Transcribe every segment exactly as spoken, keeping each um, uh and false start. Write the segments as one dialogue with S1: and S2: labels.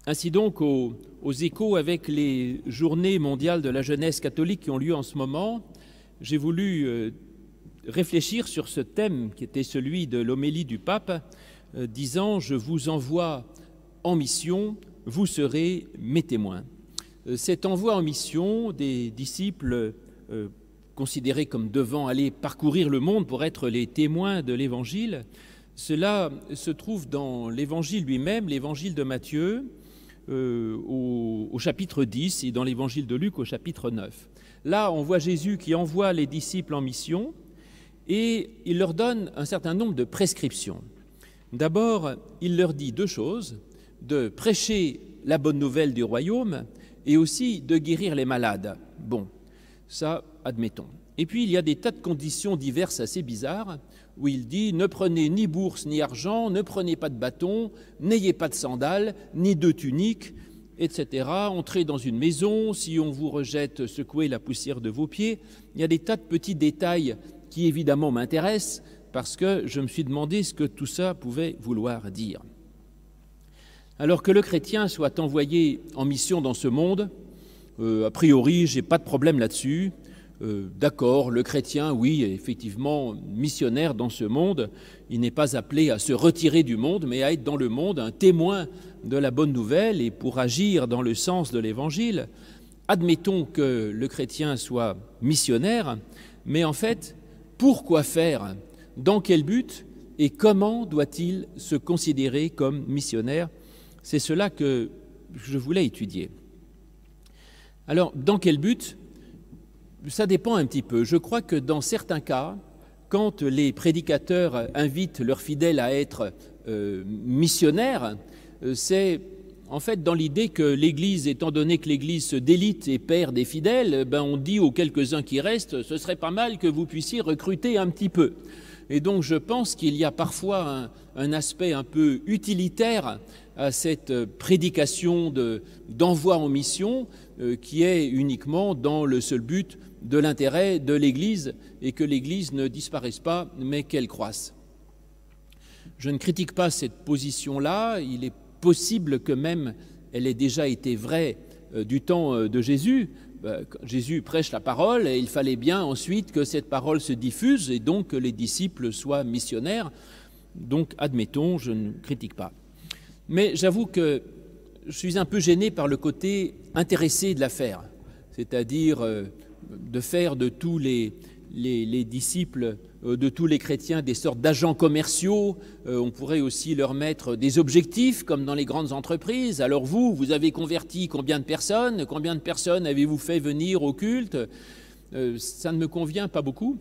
S1: Ainsi donc, aux, aux échos avec les journées mondiales de la jeunesse catholique qui ont lieu en ce moment, j'ai voulu euh, réfléchir sur ce thème qui était celui de l'homélie du pape, euh, disant « Je vous envoie en mission, vous serez mes témoins ». Cet envoi en mission des disciples euh, considérés comme devant aller parcourir le monde pour être les témoins de l'Évangile, cela se trouve dans l'Évangile lui-même, l'Évangile de Matthieu, euh, au, au chapitre dix, et dans l'Évangile de Luc au chapitre neuf. Là, on voit Jésus qui envoie les disciples en mission et il leur donne un certain nombre de prescriptions. D'abord, il leur dit deux choses, de prêcher la bonne nouvelle du royaume et aussi de guérir les malades. Bon, ça, admettons. Et puis, il y a des tas de conditions diverses assez bizarres, où il dit « Ne prenez ni bourse ni argent, ne prenez pas de bâton, n'ayez pas de sandales, ni de tunique, et cetera. Entrez dans une maison, si on vous rejette, secouez la poussière de vos pieds. » Il y a des tas de petits détails qui, évidemment, m'intéressent, parce que je me suis demandé ce que tout ça pouvait vouloir dire. Alors que le chrétien soit envoyé en mission dans ce monde, euh, a priori, je n'ai pas de problème là-dessus. Euh, D'accord, le chrétien, oui, est effectivement missionnaire dans ce monde. Il n'est pas appelé à se retirer du monde, mais à être dans le monde un témoin de la bonne nouvelle et pour agir dans le sens de l'Évangile. Admettons que le chrétien soit missionnaire, mais en fait, pourquoi faire? Dans quel but? Et comment doit-il se considérer comme missionnaire? C'est cela que je voulais étudier. Alors, dans quel but? Ça dépend un petit peu. Je crois que dans certains cas, quand les prédicateurs invitent leurs fidèles à être euh, missionnaires, c'est en fait dans l'idée que l'Église, étant donné que l'Église se délite et perd des fidèles, ben on dit aux quelques-uns qui restent, ce serait pas mal que vous puissiez recruter un petit peu. Et donc je pense qu'il y a parfois un, un aspect un peu utilitaire à cette prédication de, d'envoi en mission euh, qui est uniquement dans le seul but de l'intérêt de l'Église et que l'Église ne disparaisse pas mais qu'elle croisse. Je ne critique pas cette position-là, il est possible que même elle ait déjà été vraie euh, du temps euh, de Jésus. Euh, Jésus prêche la parole et il fallait bien ensuite que cette parole se diffuse et donc que les disciples soient missionnaires. Donc admettons, je ne critique pas. Mais j'avoue que je suis un peu gêné par le côté intéressé de l'affaire, c'est-à-dire euh, de faire de tous les, les, les disciples, euh, de tous les chrétiens des sortes d'agents commerciaux. Euh, on pourrait aussi leur mettre des objectifs comme dans les grandes entreprises. Alors vous, vous avez converti combien de personnes? Combien de personnes avez-vous fait venir au culte? euh, Ça ne me convient pas beaucoup.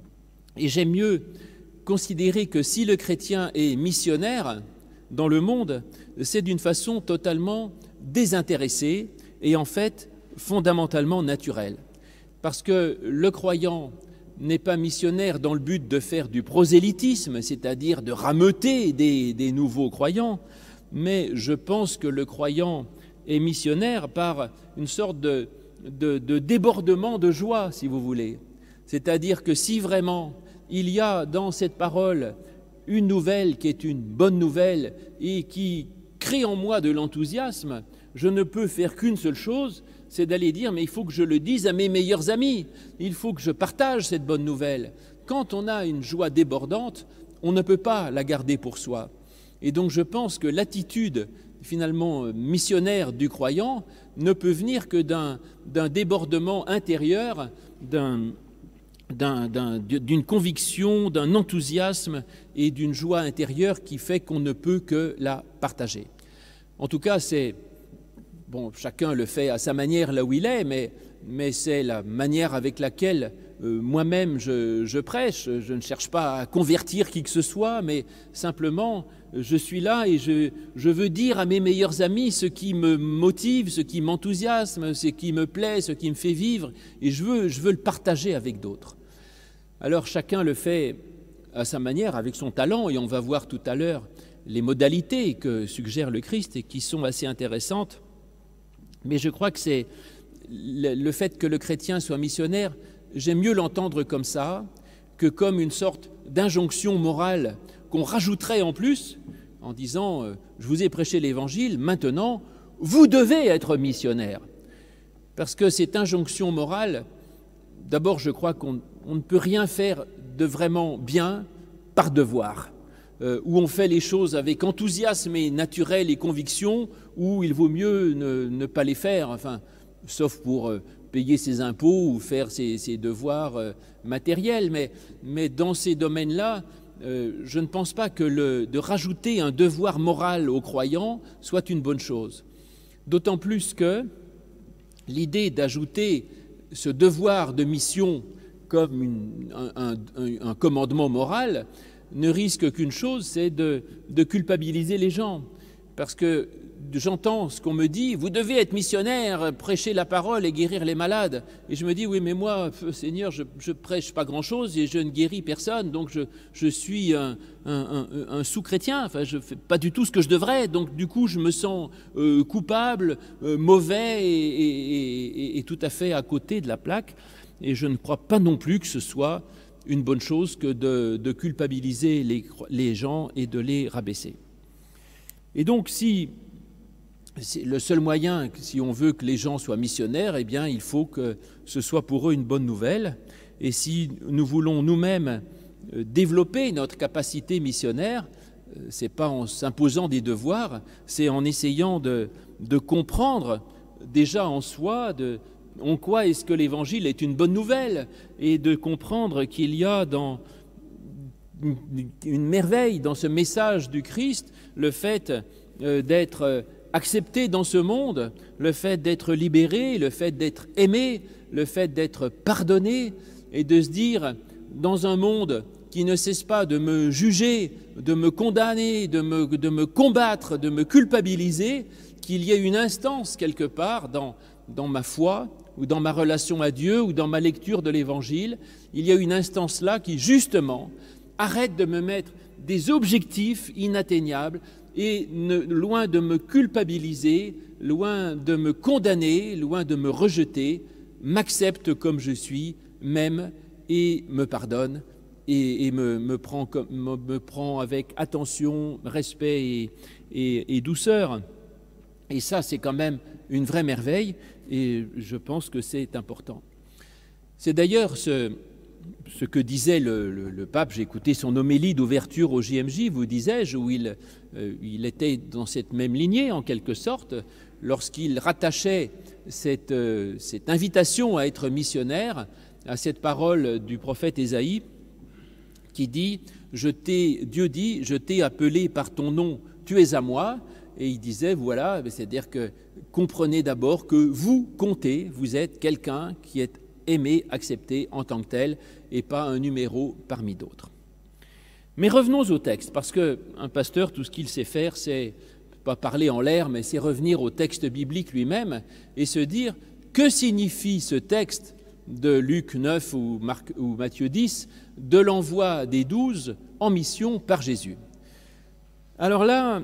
S1: Et j'aime mieux considérer que si le chrétien est missionnaire dans le monde, c'est d'une façon totalement désintéressée et en fait fondamentalement naturelle. Parce que le croyant n'est pas missionnaire dans le but de faire du prosélytisme, c'est-à-dire de rameuter des, des nouveaux croyants, mais je pense que le croyant est missionnaire par une sorte de, de, de débordement de joie, si vous voulez. C'est-à-dire que si vraiment il y a dans cette parole une nouvelle qui est une bonne nouvelle et qui crée en moi de l'enthousiasme, je ne peux faire qu'une seule chose, c'est d'aller dire « mais il faut que je le dise à mes meilleurs amis, il faut que je partage cette bonne nouvelle ». Quand on a une joie débordante, on ne peut pas la garder pour soi. Et donc je pense que l'attitude finalement missionnaire du croyant ne peut venir que d'un, d'un débordement intérieur, d'un... D'un, d'un, d'une conviction, d'un enthousiasme et d'une joie intérieure qui fait qu'on ne peut que la partager. En tout cas, c'est, bon, chacun le fait à sa manière là où il est, mais, mais c'est la manière avec laquelle euh, moi-même je, je prêche. Je ne cherche pas à convertir qui que ce soit, mais simplement je suis là et je, je veux dire à mes meilleurs amis ce qui me motive, ce qui m'enthousiasme, ce qui me plaît, ce qui me fait vivre, et je veux, je veux le partager avec d'autres. Alors chacun le fait à sa manière, avec son talent, et on va voir tout à l'heure les modalités que suggère le Christ et qui sont assez intéressantes. Mais je crois que c'est le fait que le chrétien soit missionnaire, j'aime mieux l'entendre comme ça que comme une sorte d'injonction morale qu'on rajouterait en plus en disant euh, « je vous ai prêché l'Évangile, maintenant vous devez être missionnaire. Parce que cette injonction morale, d'abord, je crois qu'on on ne peut rien faire de vraiment bien par devoir, euh, où on fait les choses avec enthousiasme et naturel et conviction, où il vaut mieux ne, ne pas les faire, enfin, sauf pour euh, payer ses impôts ou faire ses, ses devoirs euh, matériels. Mais, mais dans ces domaines-là, euh, je ne pense pas que le, de rajouter un devoir moral aux croyants soit une bonne chose. D'autant plus que l'idée d'ajouter ce devoir de mission comme une, un, un, un commandement moral ne risque qu'une chose, c'est de, de culpabiliser les gens. Parce que j'entends ce qu'on me dit, vous devez être missionnaire, prêcher la parole et guérir les malades. Et je me dis, oui, mais moi, Seigneur, je ne prêche pas grand-chose et je ne guéris personne, donc je, je suis un, un, un, un sous-chrétien, enfin, je ne fais pas du tout ce que je devrais, donc du coup, je me sens euh, coupable, euh, mauvais et, et, et, et tout à fait à côté de la plaque. Et je ne crois pas non plus que ce soit une bonne chose que de, de culpabiliser les, les gens et de les rabaisser. Et donc, si c'est le seul moyen, si on veut que les gens soient missionnaires, eh bien, il faut que ce soit pour eux une bonne nouvelle. Et si nous voulons nous-mêmes développer notre capacité missionnaire, ce n'est pas en s'imposant des devoirs, c'est en essayant de, de comprendre déjà en soi de, en quoi est-ce que l'Évangile est une bonne nouvelle, et de comprendre qu'il y a dans une merveille dans ce message du Christ, le fait d'être accepté dans ce monde, le fait d'être libéré, le fait d'être aimé, le fait d'être pardonné, et de se dire, dans un monde qui ne cesse pas de me juger, de me condamner, de me, de me combattre, de me culpabiliser, qu'il y ait une instance quelque part dans, dans ma foi, ou dans ma relation à Dieu, ou dans ma lecture de l'Évangile, il y a une instance là qui, justement, arrête de me mettre des objectifs inatteignables et ne, loin de me culpabiliser, loin de me condamner, loin de me rejeter, m'accepte comme je suis, m'aime et me pardonne et, et me, me, prend comme, me, me prend avec attention, respect et, et, et douceur. Et ça, c'est quand même une vraie merveille et je pense que c'est important. C'est d'ailleurs ce... Ce que disait le, le, le pape, j'ai écouté son homélie d'ouverture au J M J, vous disais-je, où il, euh, il était dans cette même lignée, en quelque sorte, lorsqu'il rattachait cette, euh, cette invitation à être missionnaire à cette parole du prophète Ésaïe, qui dit « Je t'ai, Dieu dit, je t'ai appelé par ton nom, tu es à moi ». Et il disait, voilà, c'est-à-dire que comprenez d'abord que vous comptez, vous êtes quelqu'un qui est aimé, accepté en tant que tel, et pas un numéro parmi d'autres. Mais revenons au texte, parce qu'un pasteur, tout ce qu'il sait faire, c'est pas parler en l'air, mais c'est revenir au texte biblique lui-même et se dire que signifie ce texte de Luc neuf ou, Marc, ou Matthieu dix, de l'envoi des douze en mission par Jésus. Alors là,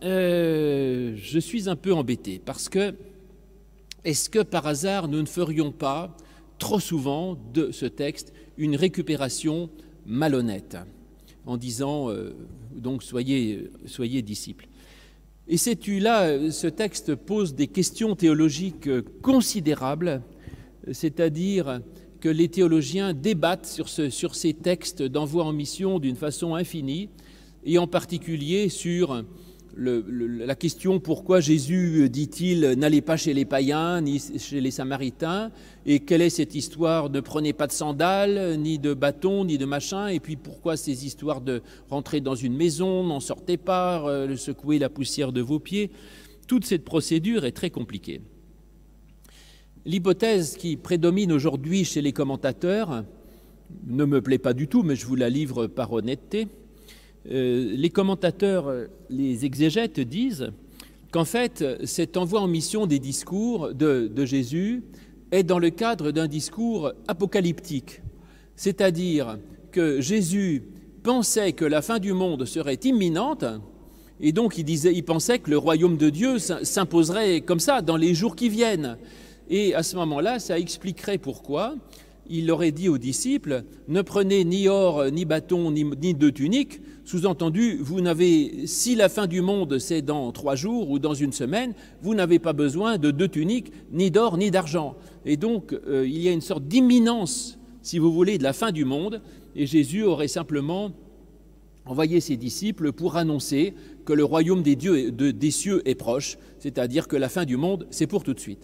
S1: euh, je suis un peu embêté, parce que est-ce que par hasard nous ne ferions pas trop souvent de ce texte une récupération malhonnête en disant euh, donc soyez, soyez disciples. Et sais-tu là, ce texte pose des questions théologiques considérables, c'est-à-dire que les théologiens débattent sur, ce, sur ces textes d'envoi en mission d'une façon infinie, et en particulier sur Le, le, la question pourquoi Jésus, dit-il, n'allait pas chez les païens ni chez les Samaritains, et quelle est cette histoire ne prenez pas de sandales, ni de bâtons, ni de machin, et puis pourquoi ces histoires de rentrer dans une maison, n'en sortez pas, euh, secouer la poussière de vos pieds. Toute cette procédure est très compliquée. L'hypothèse qui prédomine aujourd'hui chez les commentateurs ne me plaît pas du tout, mais je vous la livre par honnêteté. Euh, les commentateurs, les exégètes disent qu'en fait, cet envoi en mission des discours de, de Jésus est dans le cadre d'un discours apocalyptique, c'est-à-dire que Jésus pensait que la fin du monde serait imminente, et donc il, disait, il pensait que le royaume de Dieu s'imposerait comme ça dans les jours qui viennent. Et à ce moment-là, ça expliquerait pourquoi il aurait dit aux disciples, ne prenez ni or, ni bâton, ni, ni deux tuniques. Sous-entendu, vous n'avez, si la fin du monde c'est dans trois jours ou dans une semaine, vous n'avez pas besoin de deux tuniques, ni d'or, ni d'argent. Et donc, euh, il y a une sorte d'imminence, si vous voulez, de la fin du monde, et Jésus aurait simplement envoyé ses disciples pour annoncer que le royaume des, dieux, de, des cieux est proche, c'est-à-dire que la fin du monde, c'est pour tout de suite.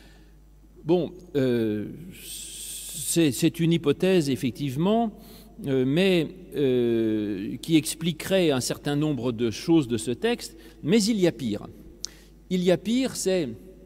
S1: Bon, euh, c'est, c'est une hypothèse, effectivement, euh, mais euh, qui expliquerait un certain nombre de choses de ce texte, mais il y a pire. Il y a pire, c'est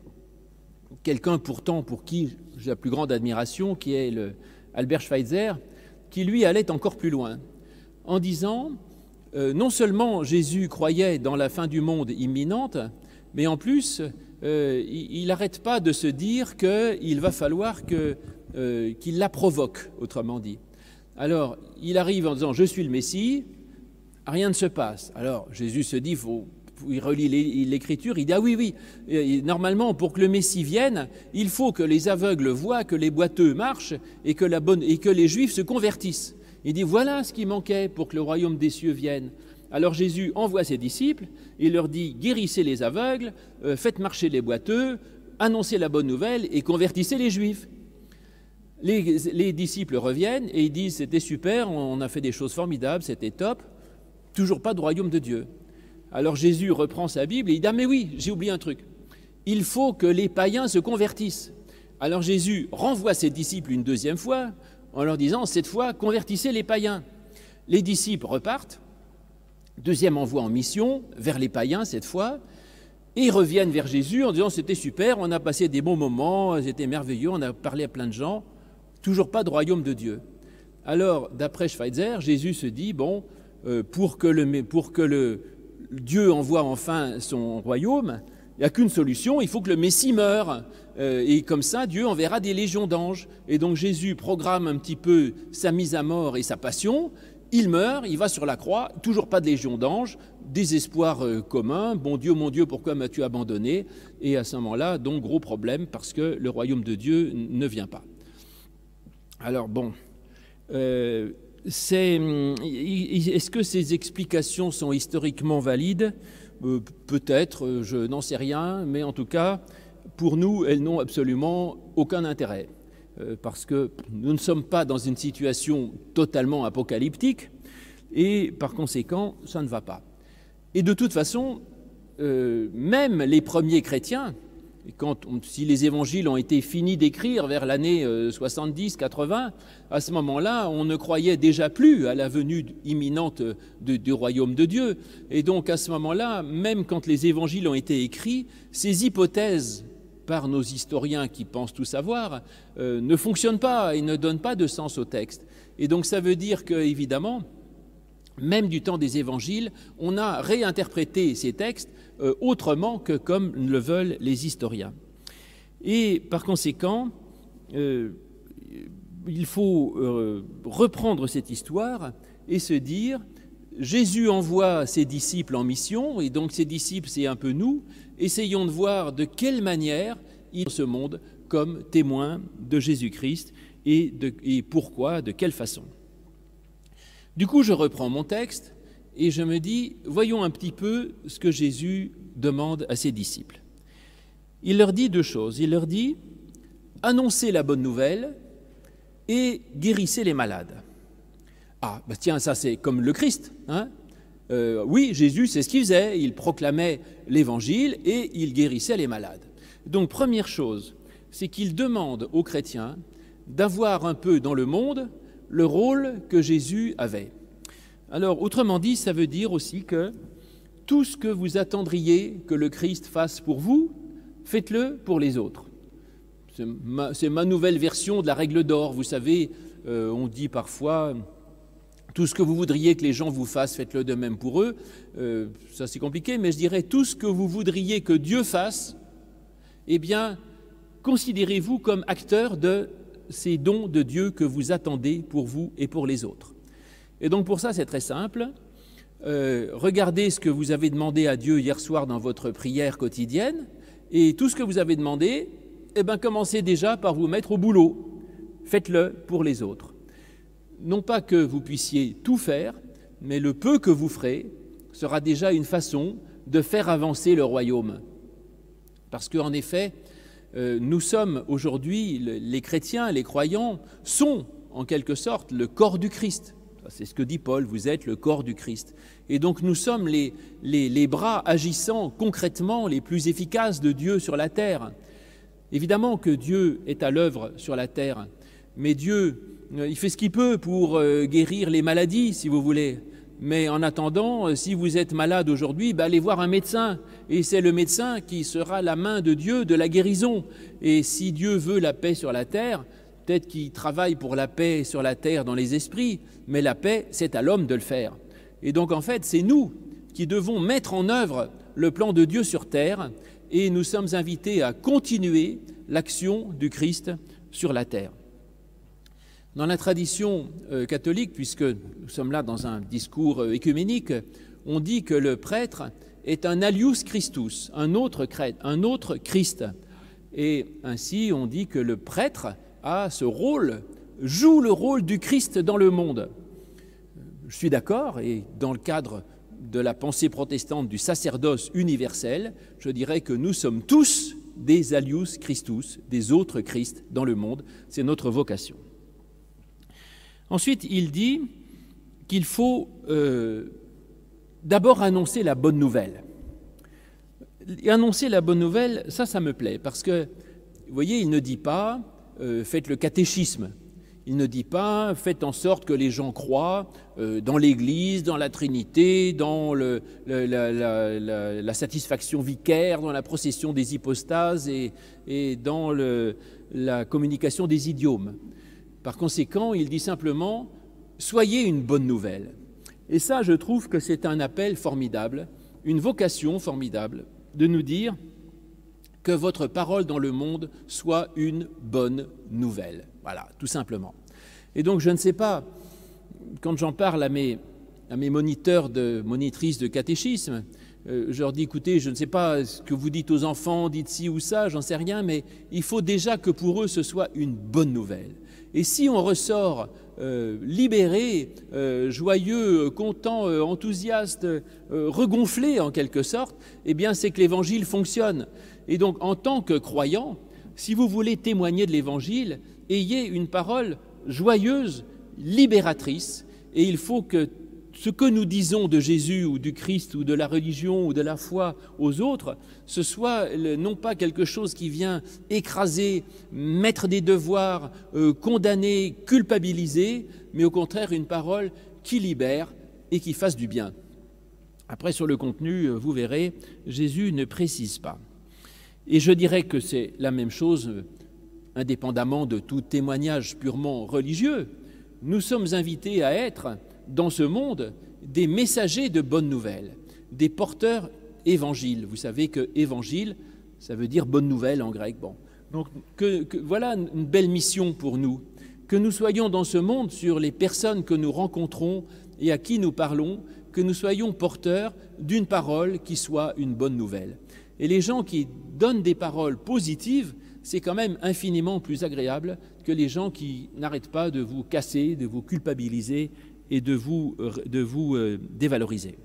S1: quelqu'un pourtant pour qui j'ai la plus grande admiration, qui est le Albert Schweitzer, qui lui allait encore plus loin, en disant, euh, non seulement Jésus croyait dans la fin du monde imminente, mais en plus, euh, il n'arrête pas de se dire qu'il va falloir que, euh, qu'il la provoque, autrement dit. Alors, il arrive en disant, je suis le Messie, rien ne se passe. Alors, Jésus se dit, il faut... il relit l'Écriture, il dit « Ah oui, oui, et normalement, pour que le Messie vienne, il faut que les aveugles voient, que les boiteux marchent et que, la bonne, et que les Juifs se convertissent. » Il dit « Voilà ce qui manquait pour que le royaume des cieux vienne. » Alors Jésus envoie ses disciples, il leur dit « Guérissez les aveugles, euh, faites marcher les boiteux, annoncez la bonne nouvelle et convertissez les Juifs. » Les, les disciples reviennent et ils disent « C'était super, on a fait des choses formidables, c'était top, toujours pas de royaume de Dieu. » Alors Jésus reprend sa Bible et il dit « Ah mais oui, j'ai oublié un truc. Il faut que les païens se convertissent. » Alors Jésus renvoie ses disciples une deuxième fois en leur disant « Cette fois, convertissez les païens. » Les disciples repartent, deuxième envoi en mission, vers les païens cette fois, et ils reviennent vers Jésus en disant « C'était super, on a passé des bons moments, c'était merveilleux, on a parlé à plein de gens, toujours pas de royaume de Dieu. » Alors, d'après Schweitzer, Jésus se dit « Bon, euh, pour que le... Pour que le Dieu envoie enfin son royaume, il n'y a qu'une solution, il faut que le Messie meure. Euh, et comme ça, Dieu enverra des légions d'anges. Et donc Jésus programme un petit peu sa mise à mort et sa passion. Il meurt, il va sur la croix, toujours pas de légions d'anges, désespoir euh, commun. Bon Dieu, mon Dieu, pourquoi m'as-tu abandonné? Et à ce moment-là, donc gros problème parce que le royaume de Dieu ne vient pas. Alors bon... Euh, C'est, est-ce que ces explications sont historiquement valides? euh, Peut-être, je n'en sais rien, mais en tout cas, pour nous, elles n'ont absolument aucun intérêt, euh, parce que nous ne sommes pas dans une situation totalement apocalyptique, et par conséquent, ça ne va pas. Et de toute façon, euh, même les premiers chrétiens, quand on, si les évangiles ont été finis d'écrire vers l'année euh, soixante-dix quatre-vingts, à ce moment-là, on ne croyait déjà plus à la venue imminente de, du royaume de Dieu. Et donc, à ce moment-là, même quand les évangiles ont été écrits, ces hypothèses, par nos historiens qui pensent tout savoir, euh, ne fonctionnent pas et ne donnent pas de sens au texte. Et donc, ça veut dire que, évidemment, même du temps des évangiles, on a réinterprété ces textes euh, autrement que comme le veulent les historiens. Et par conséquent, euh, il faut euh, reprendre cette histoire et se dire, Jésus envoie ses disciples en mission, et donc ses disciples, c'est un peu nous, essayons de voir de quelle manière ils sont dans ce monde comme témoins de Jésus-Christ et, de, et pourquoi, de quelle façon. Du coup, je reprends mon texte et je me dis, voyons un petit peu ce que Jésus demande à ses disciples. Il leur dit deux choses. Il leur dit, annoncez la bonne nouvelle et guérissez les malades. Ah, bah tiens, ça c'est comme le Christ, hein ? euh, Oui, Jésus, c'est ce qu'il faisait. Il proclamait l'évangile et il guérissait les malades. Donc, première chose, c'est qu'il demande aux chrétiens d'avoir un peu dans le monde le rôle que Jésus avait. Alors, autrement dit, ça veut dire aussi que tout ce que vous attendriez que le Christ fasse pour vous, faites-le pour les autres. C'est ma, c'est ma nouvelle version de la règle d'or. Vous savez, euh, on dit parfois, tout ce que vous voudriez que les gens vous fassent, faites-le de même pour eux. Euh, ça, c'est compliqué, mais je dirais, tout ce que vous voudriez que Dieu fasse, eh bien, considérez-vous comme acteur de ces dons de Dieu que vous attendez pour vous et pour les autres. Et donc pour ça, c'est très simple. Euh, regardez ce que vous avez demandé à Dieu hier soir dans votre prière quotidienne, et tout ce que vous avez demandé, eh bien, commencez déjà par vous mettre au boulot. faites-le pour les autres. Non pas que vous puissiez tout faire, mais le peu que vous ferez sera déjà une façon de faire avancer le royaume. Parce qu'en effet, euh, nous sommes aujourd'hui, les chrétiens, les croyants, sont en quelque sorte le corps du Christ. C'est ce que dit Paul, vous êtes le corps du Christ. Et donc nous sommes les, les, les bras agissant concrètement les plus efficaces de Dieu sur la terre. Évidemment que Dieu est à l'œuvre sur la terre, mais Dieu, il fait ce qu'il peut pour guérir les maladies, si vous voulez. Mais en attendant, si vous êtes malade aujourd'hui, bah allez voir un médecin. Et c'est le médecin qui sera la main de Dieu de la guérison. Et si Dieu veut la paix sur la terre, peut-être qu'il travaille pour la paix sur la terre dans les esprits, mais la paix, c'est à l'homme de le faire. Et donc en fait, c'est nous qui devons mettre en œuvre le plan de Dieu sur terre, et nous sommes invités à continuer l'action du Christ sur la terre. Dans la tradition euh, catholique, puisque nous sommes là dans un discours euh, écuménique, on dit que le prêtre est un alius Christus, un autre, un autre Christ. Et ainsi, on dit que le prêtre a ce rôle, joue le rôle du Christ dans le monde. Je suis d'accord, et dans le cadre de la pensée protestante du sacerdoce universel, je dirais que nous sommes tous des alius Christus, des autres Christ dans le monde. C'est notre vocation. Ensuite, il dit qu'il faut euh, d'abord annoncer la bonne nouvelle. Et annoncer la bonne nouvelle, ça, ça me plaît, parce que, vous voyez, il ne dit pas euh, « faites le catéchisme ». Il ne dit pas « faites en sorte que les gens croient euh, dans l'Église, dans la Trinité, dans le, le, la, la, la, la satisfaction vicaire, dans la procession des hypostases et, et dans le, la communication des idiomes ». Par conséquent, il dit simplement « soyez une bonne nouvelle ». Et ça, je trouve que c'est un appel formidable, une vocation formidable de nous dire que votre parole dans le monde soit une bonne nouvelle. Voilà, tout simplement. Et donc, je ne sais pas, quand j'en parle à mes, à mes moniteurs, de, monitrices de catéchisme, euh, je leur dis, écoutez, je ne sais pas ce que vous dites aux enfants, dites ci ou ça, j'en sais rien, mais il faut déjà que pour eux, ce soit une bonne nouvelle. Et si on ressort euh, libéré, euh, joyeux, content, euh, enthousiaste, euh, regonflé en quelque sorte, eh bien, c'est que l'Évangile fonctionne. Et donc, en tant que croyant, si vous voulez témoigner de l'Évangile, ayez une parole joyeuse, libératrice, et il faut que ce que nous disons de Jésus ou du Christ ou de la religion ou de la foi aux autres, ce soit non pas quelque chose qui vient écraser, mettre des devoirs, euh, condamner, culpabiliser, mais au contraire une parole qui libère et qui fasse du bien. Après, sur le contenu, vous verrez, Jésus ne précise pas. Et je dirais que c'est la même chose, indépendamment de tout témoignage purement religieux. Nous sommes invités à être, dans ce monde, des messagers de bonnes nouvelles, des porteurs évangiles. Vous savez que évangile, ça veut dire bonne nouvelle en grec. Bon. Donc que, que, voilà une belle mission pour nous, que nous soyons dans ce monde sur les personnes que nous rencontrons et à qui nous parlons, que nous soyons porteurs d'une parole qui soit une bonne nouvelle. Et les gens qui donnent des paroles positives, c'est quand même infiniment plus agréable que les gens qui n'arrêtent pas de vous casser, de vous culpabiliser et de vous, de vous euh, dévaloriser.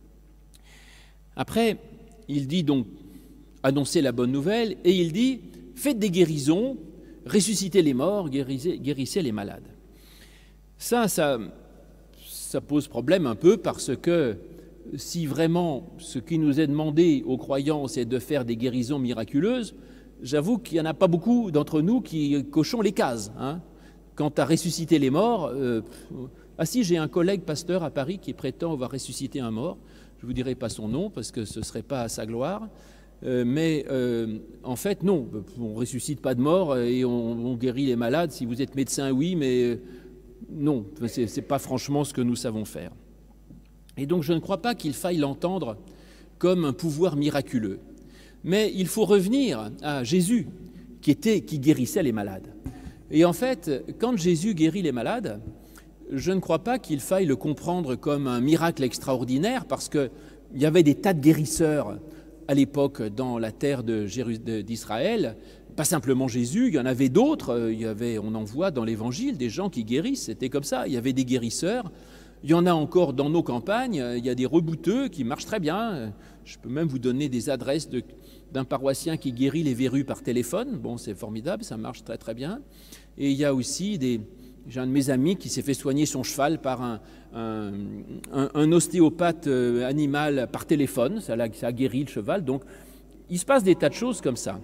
S1: Après, il dit donc annoncer la bonne nouvelle et il dit faites des guérisons, ressuscitez les morts, guérissez, guérissez les malades. Ça, ça, ça pose problème un peu parce que si vraiment ce qui nous est demandé aux croyants, c'est de faire des guérisons miraculeuses, j'avoue qu'il n'y en a pas beaucoup d'entre nous qui cochons les cases. Hein. Quant à ressusciter les morts, euh, ah si, j'ai un collègue pasteur à Paris qui prétend avoir ressuscité un mort. Je ne vous dirai pas son nom parce que ce ne serait pas à sa gloire. Euh, mais euh, en fait, non, on ne ressuscite pas de mort et on, on guérit les malades. Si vous êtes médecin, oui, mais euh, non, ce n'est pas franchement ce que nous savons faire. Et donc, je ne crois pas qu'il faille l'entendre comme un pouvoir miraculeux. Mais il faut revenir à Jésus, qui, était, qui guérissait les malades. Et en fait, quand Jésus guérit les malades, je ne crois pas qu'il faille le comprendre comme un miracle extraordinaire, parce qu'il y avait des tas de guérisseurs à l'époque dans la terre de Jéru- d'Israël, pas simplement Jésus, il y en avait d'autres. Il y avait, on en voit dans l'Évangile des gens qui guérissent, c'était comme ça. Il y avait des guérisseurs. Il y en a encore dans nos campagnes. Il y a des rebouteux qui marchent très bien. Je peux même vous donner des adresses de, d'un paroissien qui guérit les verrues par téléphone. Bon, c'est formidable, ça marche très très bien. Et il y a aussi des... J'ai un de mes amis qui s'est fait soigner son cheval par un, un, un, un ostéopathe animal par téléphone. Ça a, ça a guéri le cheval. Donc, il se passe des tas de choses comme ça.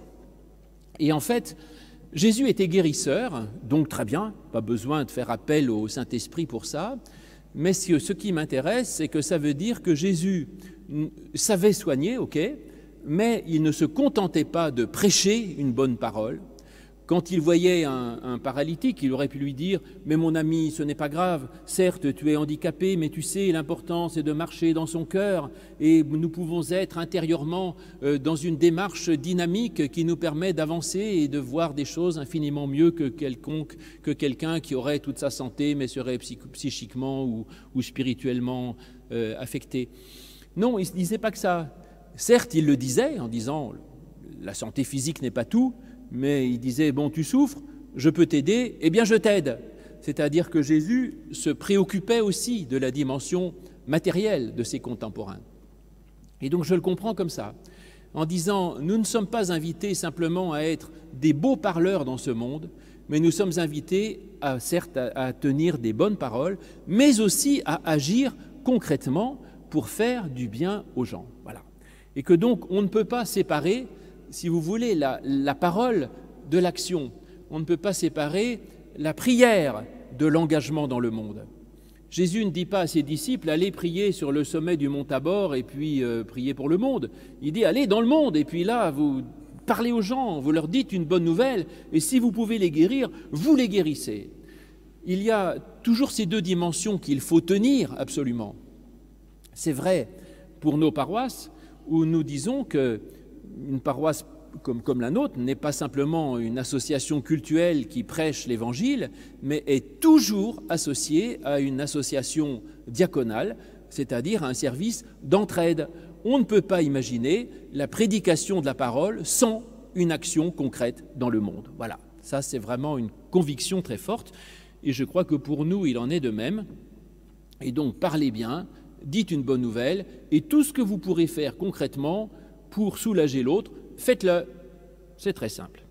S1: Et en fait, Jésus était guérisseur, donc très bien, pas besoin de faire appel au Saint-Esprit pour ça. Mais ce, ce qui m'intéresse, c'est que ça veut dire que Jésus savait soigner, ok, mais il ne se contentait pas de prêcher une bonne parole. Quand il voyait un, un paralytique, il aurait pu lui dire « Mais mon ami, ce n'est pas grave, certes tu es handicapé, mais tu sais, l'important c'est de marcher dans son cœur et nous pouvons être intérieurement euh, dans une démarche dynamique qui nous permet d'avancer et de voir des choses infiniment mieux que, quelconque, que quelqu'un qui aurait toute sa santé mais serait psychiquement ou, ou spirituellement euh, affecté. » Non, il ne disait pas que ça. Certes, il le disait en disant « La santé physique n'est pas tout », mais il disait, bon, tu souffres, je peux t'aider, eh bien je t'aide. C'est-à-dire que Jésus se préoccupait aussi de la dimension matérielle de ses contemporains. Et donc je le comprends comme ça, en disant, nous ne sommes pas invités simplement à être des beaux parleurs dans ce monde, mais nous sommes invités, à, certes, à, à tenir des bonnes paroles, mais aussi à agir concrètement pour faire du bien aux gens. Voilà. Et que donc on ne peut pas séparer, si vous voulez, la, la parole de l'action. On ne peut pas séparer la prière de l'engagement dans le monde. Jésus ne dit pas à ses disciples « Allez prier sur le sommet du mont Tabor et puis euh, prier pour le monde ». Il dit « Allez dans le monde et puis là, vous parlez aux gens, vous leur dites une bonne nouvelle et si vous pouvez les guérir, vous les guérissez ». Il y a toujours ces deux dimensions qu'il faut tenir absolument. C'est vrai pour nos paroisses où nous disons que une paroisse comme, comme la nôtre n'est pas simplement une association cultuelle qui prêche l'Évangile, mais est toujours associée à une association diaconale, c'est-à-dire à un service d'entraide. On ne peut pas imaginer la prédication de la parole sans une action concrète dans le monde. Voilà, ça c'est vraiment une conviction très forte, et je crois que pour nous il en est de même. Et donc parlez bien, dites une bonne nouvelle, et tout ce que vous pourrez faire concrètement pour soulager l'autre, faites-le. C'est très simple.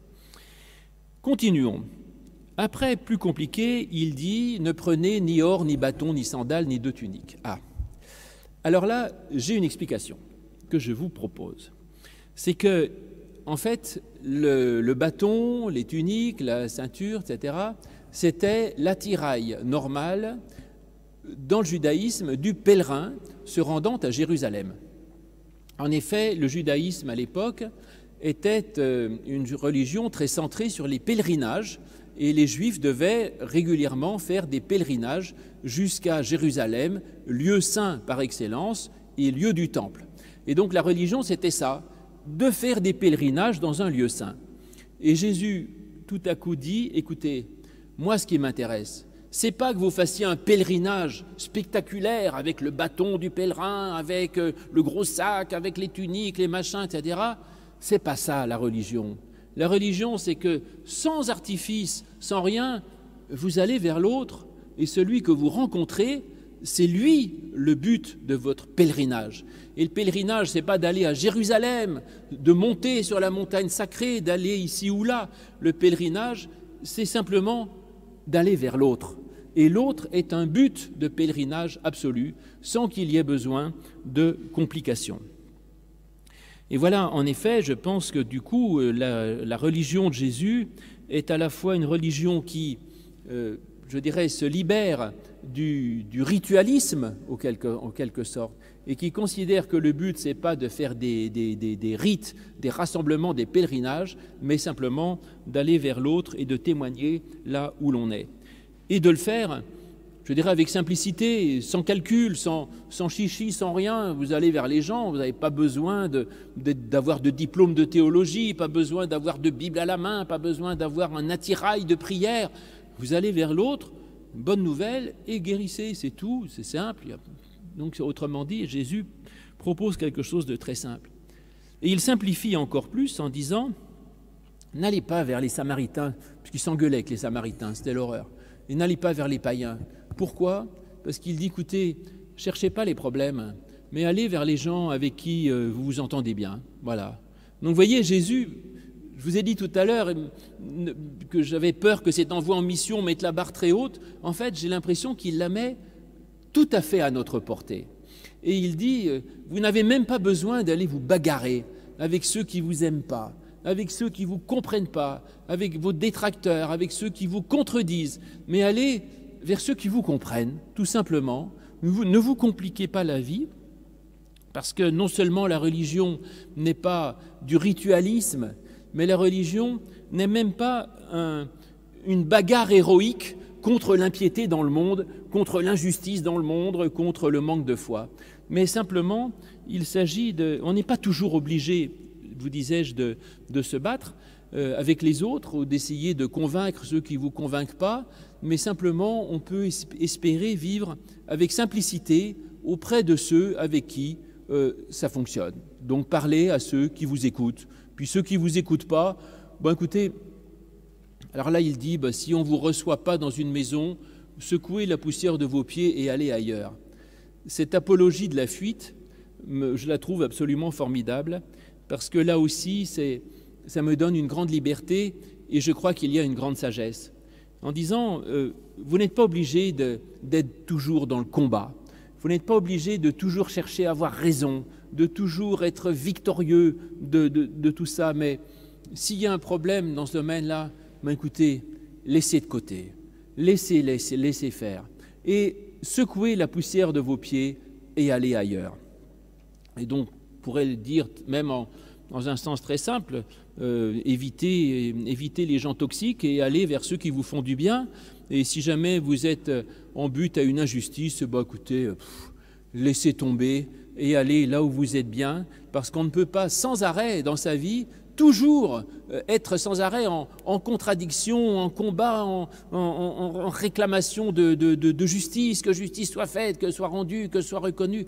S1: Continuons. Après, plus compliqué, il dit « Ne prenez ni or, ni bâton, ni sandales, ni deux tuniques. » Ah. Alors là, j'ai une explication que je vous propose. C'est que, en fait, le, le bâton, les tuniques, la ceinture, et cetera, c'était l'attirail normal dans le judaïsme du pèlerin se rendant à Jérusalem. En effet, le judaïsme à l'époque était une religion très centrée sur les pèlerinages et les Juifs devaient régulièrement faire des pèlerinages jusqu'à Jérusalem, lieu saint par excellence et lieu du temple. Et donc la religion, c'était ça, de faire des pèlerinages dans un lieu saint. Et Jésus, tout à coup, dit, écoutez, moi ce qui m'intéresse, c'est pas que vous fassiez un pèlerinage spectaculaire avec le bâton du pèlerin, avec le gros sac, avec les tuniques, les machins, et cetera. C'est pas ça la religion. La religion, c'est que sans artifice, sans rien, vous allez vers l'autre et celui que vous rencontrez, c'est lui le but de votre pèlerinage. Et le pèlerinage, c'est pas d'aller à Jérusalem, de monter sur la montagne sacrée, d'aller ici ou là. Le pèlerinage, c'est simplement d'aller vers l'autre. Et l'autre est un but de pèlerinage absolu, sans qu'il y ait besoin de complications. Et voilà, en effet, je pense que du coup, la, la religion de Jésus est à la fois une religion qui, euh, je dirais, se libère du, du ritualisme, en quelque, en quelque sorte, et qui considère que le but, ce n'est pas de faire des, des, des, des rites, des rassemblements, des pèlerinages, mais simplement d'aller vers l'autre et de témoigner là où l'on est. Et de le faire, je dirais, avec simplicité, sans calcul, sans, sans chichi, sans rien. Vous allez vers les gens, vous n'avez pas besoin de, de, d'avoir de diplôme de théologie, pas besoin d'avoir de Bible à la main, pas besoin d'avoir un attirail de prière. Vous allez vers l'autre, bonne nouvelle, et guérissez, c'est tout, c'est simple. Donc, autrement dit, Jésus propose quelque chose de très simple. Et il simplifie encore plus en disant, N'allez pas vers les Samaritains, puisqu'ils s'engueulaient avec les Samaritains, c'était l'horreur. Et n'allez pas vers les païens. Pourquoi? Parce qu'il dit, écoutez, cherchez pas les problèmes, mais allez vers les gens avec qui euh, vous vous entendez bien. Voilà. Donc vous voyez, Jésus, je vous ai dit tout à l'heure que j'avais peur que cet envoi en mission mette la barre très haute. En fait, j'ai l'impression qu'il la met tout à fait à notre portée. Et il dit, euh, vous n'avez même pas besoin d'aller vous bagarrer avec ceux qui ne vous aiment pas, avec ceux qui ne vous comprennent pas, avec vos détracteurs, avec ceux qui vous contredisent, mais allez vers ceux qui vous comprennent, tout simplement. Vous, ne vous compliquez pas la vie, parce que non seulement la religion n'est pas du ritualisme, mais la religion n'est même pas un, une bagarre héroïque contre l'impiété dans le monde, contre l'injustice dans le monde, contre le manque de foi. Mais simplement, il s'agit de... On n'est pas toujours obligé, vous disais-je, de, de se battre euh, avec les autres ou d'essayer de convaincre ceux qui ne vous convainquent pas, mais simplement, on peut espérer vivre avec simplicité auprès de ceux avec qui euh, ça fonctionne. Donc, parlez à ceux qui vous écoutent. Puis ceux qui ne vous écoutent pas, bon, écoutez, alors là, il dit, bah, si on ne vous reçoit pas dans une maison, secouez la poussière de vos pieds et allez ailleurs. Cette apologie de la fuite, je la trouve absolument formidable, parce que là aussi, c'est, ça me donne une grande liberté et je crois qu'il y a une grande sagesse. En disant, euh, vous n'êtes pas obligé de, d'être toujours dans le combat, vous n'êtes pas obligé de toujours chercher à avoir raison, de toujours être victorieux de, de, de tout ça, mais s'il y a un problème dans ce domaine-là, ben écoutez, laissez de côté, laissez, laissez, laissez faire, et secouez la poussière de vos pieds et allez ailleurs. Et donc, on pourrait le dire même en, dans un sens très simple, euh, évitez, évitez les gens toxiques et allez vers ceux qui vous font du bien. Et si jamais vous êtes en but à une injustice, bah écoutez, pff, laissez tomber et allez là où vous êtes bien, parce qu'on ne peut pas sans arrêt dans sa vie toujours être sans arrêt en, en contradiction, en combat, en, en, en réclamation de, de, de, de justice, que justice soit faite, que soit rendue, que soit reconnue.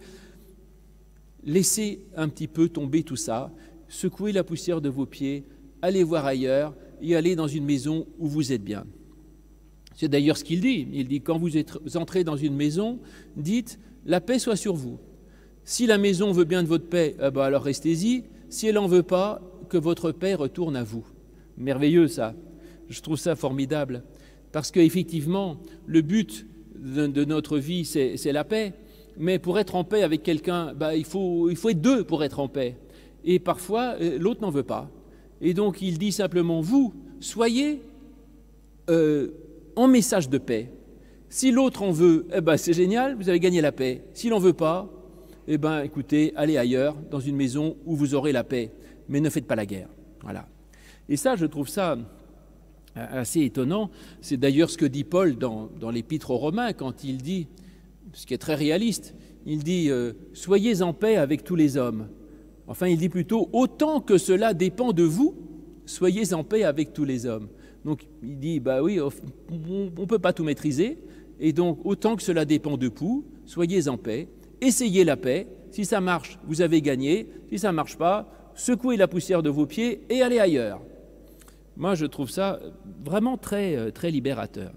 S1: Laissez un petit peu tomber tout ça, secouez la poussière de vos pieds, allez voir ailleurs et allez dans une maison où vous êtes bien. C'est d'ailleurs ce qu'il dit. Il dit, quand vous êtes entrés dans une maison, dites, la paix soit sur vous. Si la maison veut bien de votre paix, eh ben alors restez-y. Si elle n'en veut pas, que votre paix retourne à vous. Merveilleux ça, je trouve ça formidable, parce qu'effectivement, le but de, de notre vie, c'est, c'est la paix, mais pour être en paix avec quelqu'un, bah, il faut, il faut être deux pour être en paix, et parfois, l'autre n'en veut pas. Et donc, il dit simplement, vous, soyez euh, en message de paix. Si l'autre en veut, eh ben, c'est génial, vous avez gagné la paix. S'il n'en veut pas, eh ben, écoutez, allez ailleurs, dans une maison où vous aurez la paix. Mais ne faites pas la guerre. Voilà. Et ça, je trouve ça assez étonnant. C'est d'ailleurs ce que dit Paul dans, dans l'Épître aux Romains, quand il dit, ce qui est très réaliste, il dit euh, « Soyez en paix avec tous les hommes ». Enfin, il dit plutôt « Autant que cela dépend de vous, soyez en paix avec tous les hommes ». Donc, il dit « Bah oui, on ne peut pas tout maîtriser, et donc, autant que cela dépend de vous, soyez en paix, essayez la paix. Si ça marche, vous avez gagné. Si ça ne marche pas, secouez la poussière de vos pieds et allez ailleurs. » Moi, je trouve ça vraiment très, très libérateur.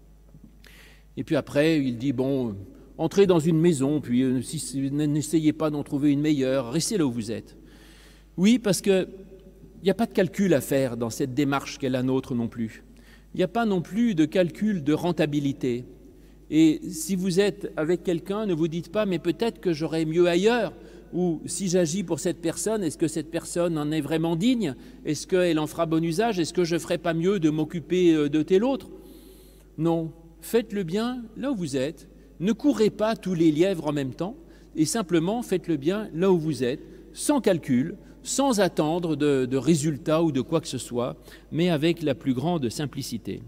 S1: Et puis après, il dit, bon, entrez dans une maison, puis euh, si, n'essayez pas d'en trouver une meilleure, restez là où vous êtes. Oui, parce qu'il n'y a pas de calcul à faire dans cette démarche qu'est la nôtre non plus. Il n'y a pas non plus de calcul de rentabilité. Et si vous êtes avec quelqu'un, ne vous dites pas, mais peut-être que j'aurais mieux ailleurs. Ou si j'agis pour cette personne, est-ce que cette personne en est vraiment digne? Est-ce qu'elle en fera bon usage? Est-ce que je ne ferais pas mieux de m'occuper de tel autre? Non, faites le bien là où vous êtes. Ne courez pas tous les lièvres en même temps et simplement faites le bien là où vous êtes, sans calcul, sans attendre de, de résultats ou de quoi que ce soit, mais avec la plus grande simplicité.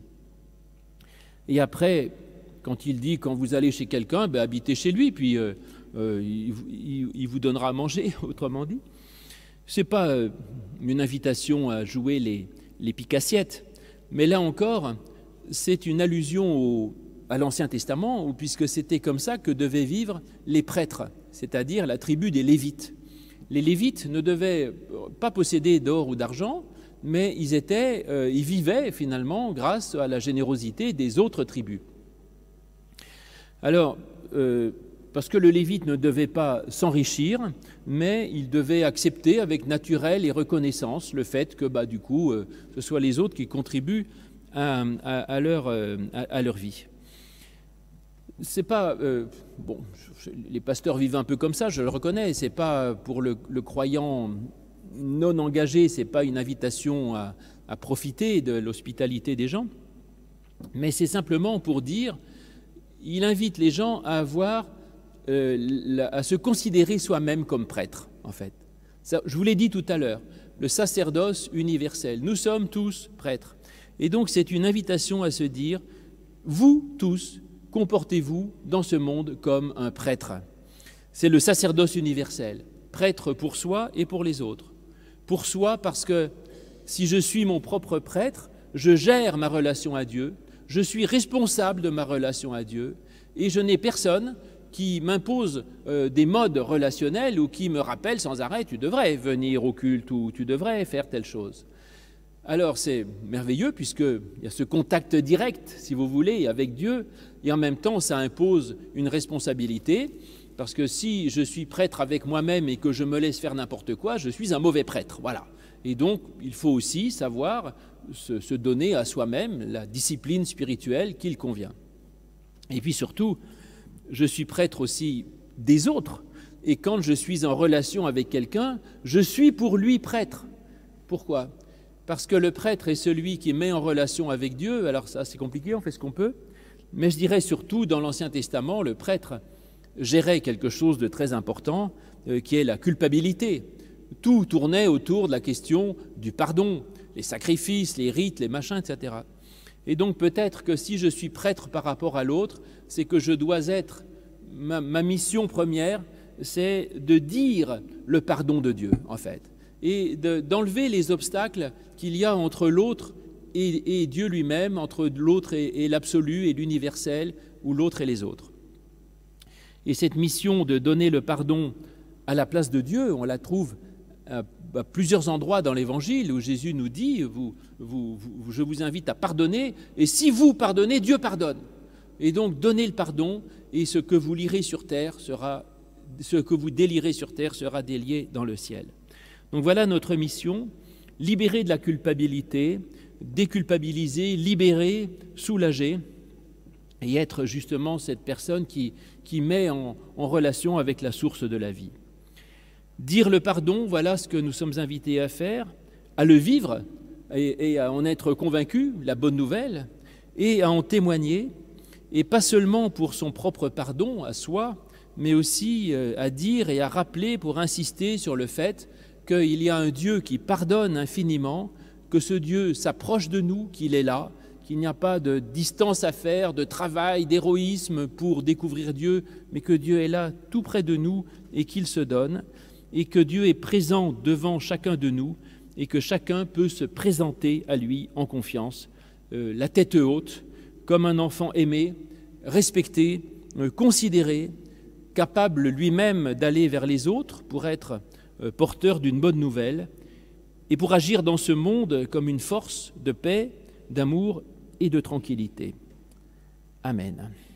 S1: Et après, quand il dit, quand vous allez chez quelqu'un, ben, habitez chez lui, puis... Euh, Euh, il, il, il vous donnera à manger, autrement dit. Ce n'est pas euh, une invitation à jouer les, les pique-assiettes, mais là encore, c'est une allusion au, à l'Ancien Testament, où, puisque c'était comme ça que devaient vivre les prêtres, c'est-à-dire la tribu des Lévites. Les Lévites ne devaient pas posséder d'or ou d'argent, mais ils, étaient, euh, ils vivaient finalement grâce à la générosité des autres tribus. Alors, euh, parce que le Lévite ne devait pas s'enrichir, mais il devait accepter avec naturel et reconnaissance le fait que, bah, du coup, euh, ce soit les autres qui contribuent à, à, à, leur, euh, à, à leur vie. C'est pas euh, bon. Les pasteurs vivent un peu comme ça, je le reconnais. C'est pas pour le, le croyant non engagé, c'est pas une invitation à, à profiter de l'hospitalité des gens, mais c'est simplement pour dire, il invite les gens à avoir, euh, la, à se considérer soi-même comme prêtre, en fait. Ça, je vous l'ai dit tout à l'heure, le sacerdoce universel. Nous sommes tous prêtres, et donc c'est une invitation à se dire, vous tous, comportez-vous dans ce monde comme un prêtre. C'est le sacerdoce universel, prêtre pour soi et pour les autres. Pour soi parce que si je suis mon propre prêtre, je gère ma relation à Dieu, je suis responsable de ma relation à Dieu et je n'ai personne qui m'impose euh, des modes relationnels ou qui me rappelle sans arrêt « tu devrais venir au culte » ou « tu devrais faire telle chose ». Alors c'est merveilleux puisqu'il y a ce contact direct, si vous voulez, avec Dieu, et en même temps ça impose une responsabilité, parce que si je suis prêtre avec moi-même et que je me laisse faire n'importe quoi, je suis un mauvais prêtre, voilà. Et donc il faut aussi savoir se, se donner à soi-même la discipline spirituelle qu'il convient. Et puis surtout, je suis prêtre aussi des autres, et quand je suis en relation avec quelqu'un, je suis pour lui prêtre. Pourquoi ? Parce que le prêtre est celui qui met en relation avec Dieu, alors ça c'est compliqué, on fait ce qu'on peut, mais je dirais surtout dans l'Ancien Testament, le prêtre gérait quelque chose de très important, euh, qui est la culpabilité. Tout tournait autour de la question du pardon, les sacrifices, les rites, les machins, et cetera. Et donc peut-être que si je suis prêtre par rapport à l'autre, c'est que je dois être, ma, ma mission première, c'est de dire le pardon de Dieu, en fait, et de, d'enlever les obstacles qu'il y a entre l'autre et, et Dieu lui-même, entre l'autre et, et l'absolu et l'universel, ou l'autre et les autres. Et cette mission de donner le pardon à la place de Dieu, on la trouve à, à plusieurs endroits dans l'Évangile où Jésus nous dit vous, vous, vous, je vous invite à pardonner, et si vous pardonnez, Dieu pardonne. Et donc, donnez le pardon, et ce que vous lirez sur terre sera, ce que vous délirez sur terre sera délié dans le ciel. Donc voilà notre mission, libérer de la culpabilité, déculpabiliser, libérer, soulager, et être justement cette personne qui, qui met en, en relation avec la source de la vie. Dire le pardon, voilà ce que nous sommes invités à faire, à le vivre et, et à en être convaincu, la bonne nouvelle, et à en témoigner, et pas seulement pour son propre pardon à soi, mais aussi à dire et à rappeler pour insister sur le fait qu'il y a un Dieu qui pardonne infiniment, que ce Dieu s'approche de nous, qu'il est là, qu'il n'y a pas de distance à faire, de travail, d'héroïsme pour découvrir Dieu, mais que Dieu est là tout près de nous et qu'il se donne, et que Dieu est présent devant chacun de nous et que chacun peut se présenter à lui en confiance, euh, la tête haute, comme un enfant aimé, respecté, euh, considéré, capable lui-même d'aller vers les autres pour être euh, porteur d'une bonne nouvelle et pour agir dans ce monde comme une force de paix, d'amour et de tranquillité. Amen.